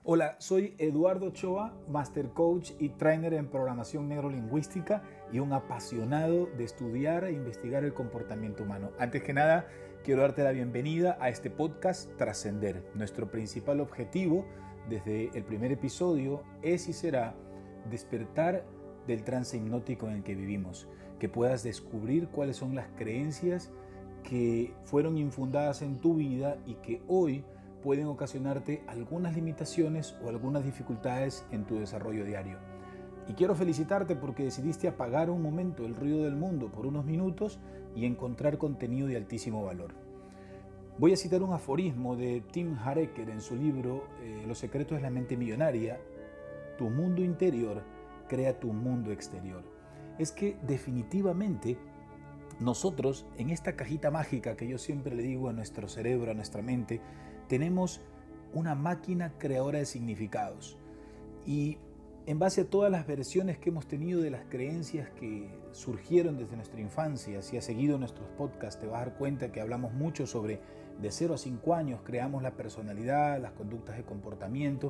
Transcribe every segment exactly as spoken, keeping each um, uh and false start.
Hola, soy Eduardo Ochoa, Master Coach y Trainer en Programación Neurolingüística y un apasionado de estudiar e investigar el comportamiento humano. Antes que nada, quiero darte la bienvenida a este podcast Trascender. Nuestro principal objetivo desde el primer episodio es y será despertar del trance hipnótico en el que vivimos, que puedas descubrir cuáles son las creencias que fueron infundadas en tu vida y que hoy pueden ocasionarte algunas limitaciones o algunas dificultades en tu desarrollo diario. Y quiero felicitarte porque decidiste apagar un momento el ruido del mundo por unos minutos y encontrar contenido de altísimo valor. Voy a citar un aforismo de Tim Harker en su libro eh, Los secretos de la mente millonaria. Tu mundo interior crea tu mundo exterior. Es que definitivamente nosotros, en esta cajita mágica que yo siempre le digo a nuestro cerebro, a nuestra mente, tenemos una máquina creadora de significados. Y en base a todas las versiones que hemos tenido de las creencias que surgieron desde nuestra infancia, si has seguido nuestros podcasts, te vas a dar cuenta que hablamos mucho sobre de cero a cinco años, creamos la personalidad, las conductas de comportamiento.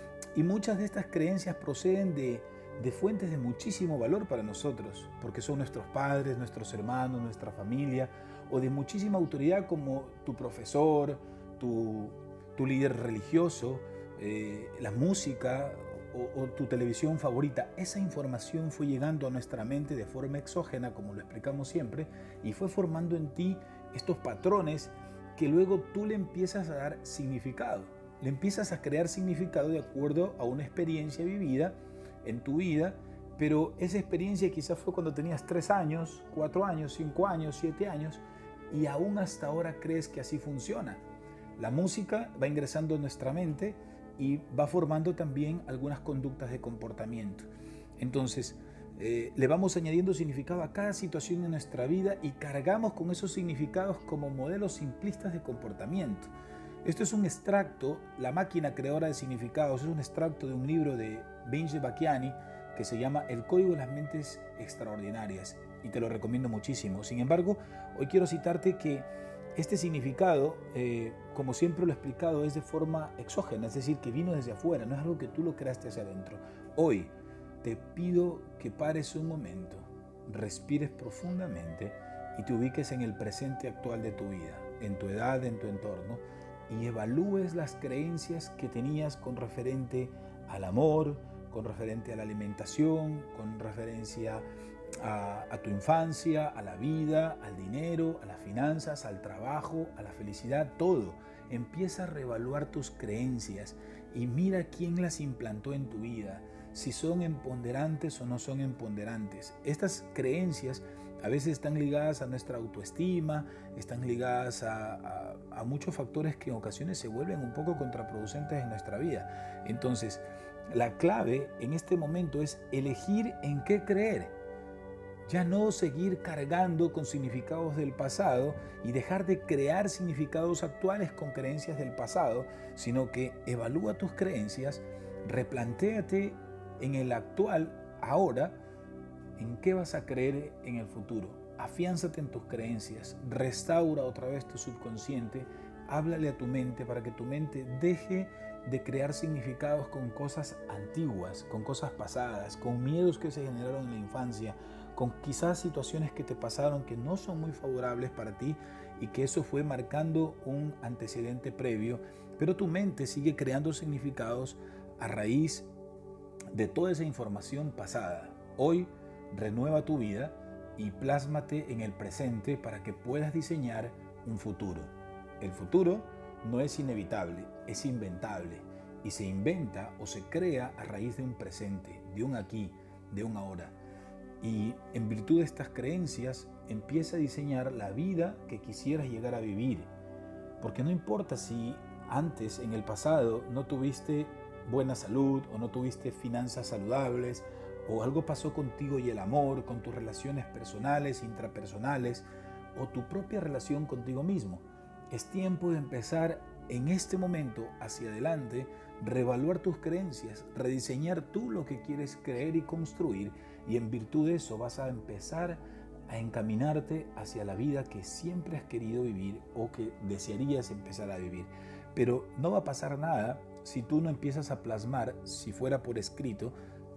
Y muchas de estas creencias proceden de de fuentes de muchísimo valor para nosotros, porque son nuestros padres, nuestros hermanos, nuestra familia, o de muchísima autoridad como tu profesor, tu, tu líder religioso, eh, la música o, o tu televisión favorita. Esa información fue llegando a nuestra mente de forma exógena, como lo explicamos siempre, y fue formando en ti estos patrones que luego tú le empiezas a dar significado. Le empiezas a crear significado de acuerdo a una experiencia vivida en tu vida, pero esa experiencia quizás fue cuando tenías tres años, cuatro años, cinco años, siete años, y aún hasta ahora crees que así funciona. La música va ingresando en nuestra mente y va formando también algunas conductas de comportamiento. Entonces, eh, le vamos añadiendo significado a cada situación en nuestra vida y cargamos con esos significados como modelos simplistas de comportamiento. Esto es un extracto, La máquina creadora de significados, es un extracto de un libro de Vince Bacchiani que se llama El código de las mentes extraordinarias y te lo recomiendo muchísimo. Sin embargo, hoy quiero citarte que este significado, eh, como siempre lo he explicado, es de forma exógena, es decir, que vino desde afuera, no es algo que tú lo creaste hacia adentro. Hoy te pido que pares un momento, respires profundamente y te ubiques en el presente actual de tu vida, en tu edad, en tu entorno, y evalúes las creencias que tenías con referente al amor, con referente a la alimentación, con referencia a, a tu infancia, a la vida, al dinero, a las finanzas, al trabajo, a la felicidad, todo. Empieza a reevaluar tus creencias y mira quién las implantó en tu vida, si son empoderantes o no son empoderantes. Estas creencias a veces están ligadas a nuestra autoestima, están ligadas a, a, a muchos factores que en ocasiones se vuelven un poco contraproducentes en nuestra vida. Entonces, la clave en este momento es elegir en qué creer. Ya no seguir cargando con significados del pasado y dejar de crear significados actuales con creencias del pasado, sino que evalúa tus creencias, replantéate en el actual, ahora, en qué vas a creer en el futuro. Afiánzate en tus creencias, restaura otra vez tu subconsciente, háblale a tu mente para que tu mente deje de crear significados con cosas antiguas, con cosas pasadas, con miedos que se generaron en la infancia, con quizás situaciones que te pasaron que no son muy favorables para ti y que eso fue marcando un antecedente previo, pero tu mente sigue creando significados a raíz de toda esa información pasada. Hoy renueva tu vida y plásmate en el presente para que puedas diseñar un futuro. El futuro no es inevitable, es inventable y se inventa o se crea a raíz de un presente, de un aquí, de un ahora. Y en virtud de estas creencias empieza a diseñar la vida que quisieras llegar a vivir. Porque no importa si antes, en el pasado, no tuviste buena salud o no tuviste finanzas saludables o algo pasó contigo y el amor, con tus relaciones personales, intrapersonales o tu propia relación contigo mismo. Es tiempo de empezar en este momento hacia adelante, reevaluar tus creencias, rediseñar tú lo que quieres creer y construir, y en virtud de eso vas a empezar a encaminarte hacia la vida que siempre has querido vivir o que desearías empezar a vivir. Pero no va a pasar nada si tú no empiezas a plasmar, si fuera por escrito,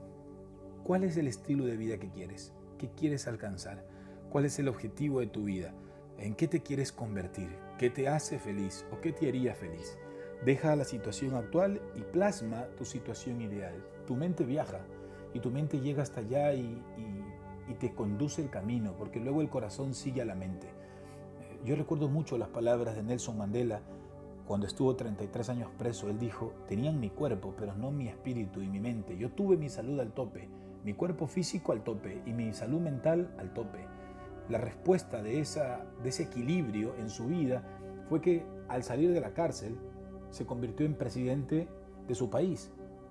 cuál es el estilo de vida que quieres, qué quieres alcanzar, cuál es el objetivo de tu vida, en qué te quieres convertir, qué te hace feliz o qué te haría feliz. Deja la situación actual y plasma tu situación ideal. Tu mente viaja y tu mente llega hasta allá y, y, y te conduce el camino, porque luego el corazón sigue a la mente. Yo recuerdo mucho las palabras de Nelson Mandela cuando estuvo treinta y tres años preso. Él dijo: tenían mi cuerpo, pero no mi espíritu y mi mente. Yo tuve mi salud al tope, mi cuerpo físico al tope y mi salud mental al tope. La respuesta de, esa, de ese equilibrio en su vida fue que al salir de la cárcel se convirtió en presidente de su país.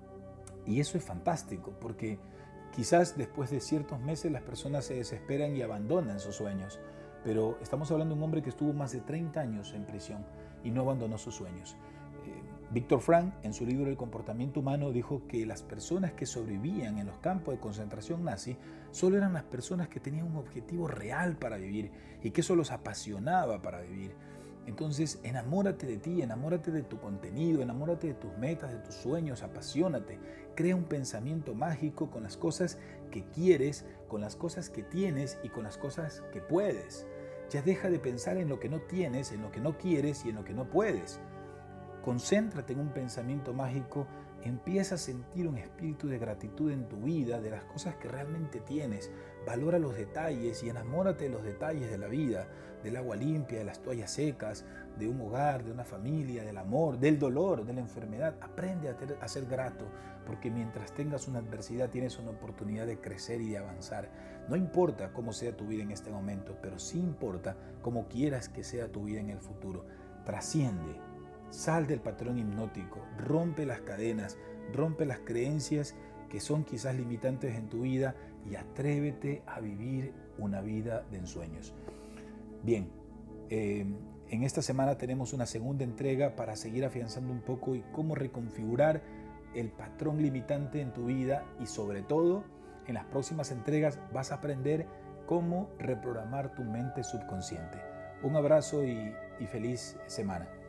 Y eso es fantástico, porque quizás después de ciertos meses las personas se desesperan y abandonan sus sueños. Pero estamos hablando de un hombre que estuvo más de treinta años en prisión y no abandonó sus sueños. Eh, Víctor Frank, en su libro El comportamiento humano, dijo que las personas que sobrevivían en los campos de concentración nazi solo eran las personas que tenían un objetivo real para vivir y que eso los apasionaba para vivir. Entonces, enamórate de ti, enamórate de tu contenido, enamórate de tus metas, de tus sueños, apasionate. Crea un pensamiento mágico con las cosas que quieres, con las cosas que tienes y con las cosas que puedes. Ya deja de pensar en lo que no tienes, en lo que no quieres y en lo que no puedes. Concéntrate en un pensamiento mágico, empieza a sentir un espíritu de gratitud en tu vida, de las cosas que realmente tienes. Valora los detalles y enamórate de los detalles de la vida, del agua limpia, de las toallas secas, de un hogar, de una familia, del amor, del dolor, de la enfermedad. Aprende a, ter, a ser grato, porque mientras tengas una adversidad tienes una oportunidad de crecer y de avanzar. No importa cómo sea tu vida en este momento, pero sí importa cómo quieras que sea tu vida en el futuro. Trasciende. Sal del patrón hipnótico, rompe las cadenas, rompe las creencias que son quizás limitantes en tu vida y atrévete a vivir una vida de ensueños. Bien, eh, en esta semana tenemos una segunda entrega para seguir afianzando un poco y cómo reconfigurar el patrón limitante en tu vida, y sobre todo en las próximas entregas vas a aprender cómo reprogramar tu mente subconsciente. Un abrazo y, y feliz semana.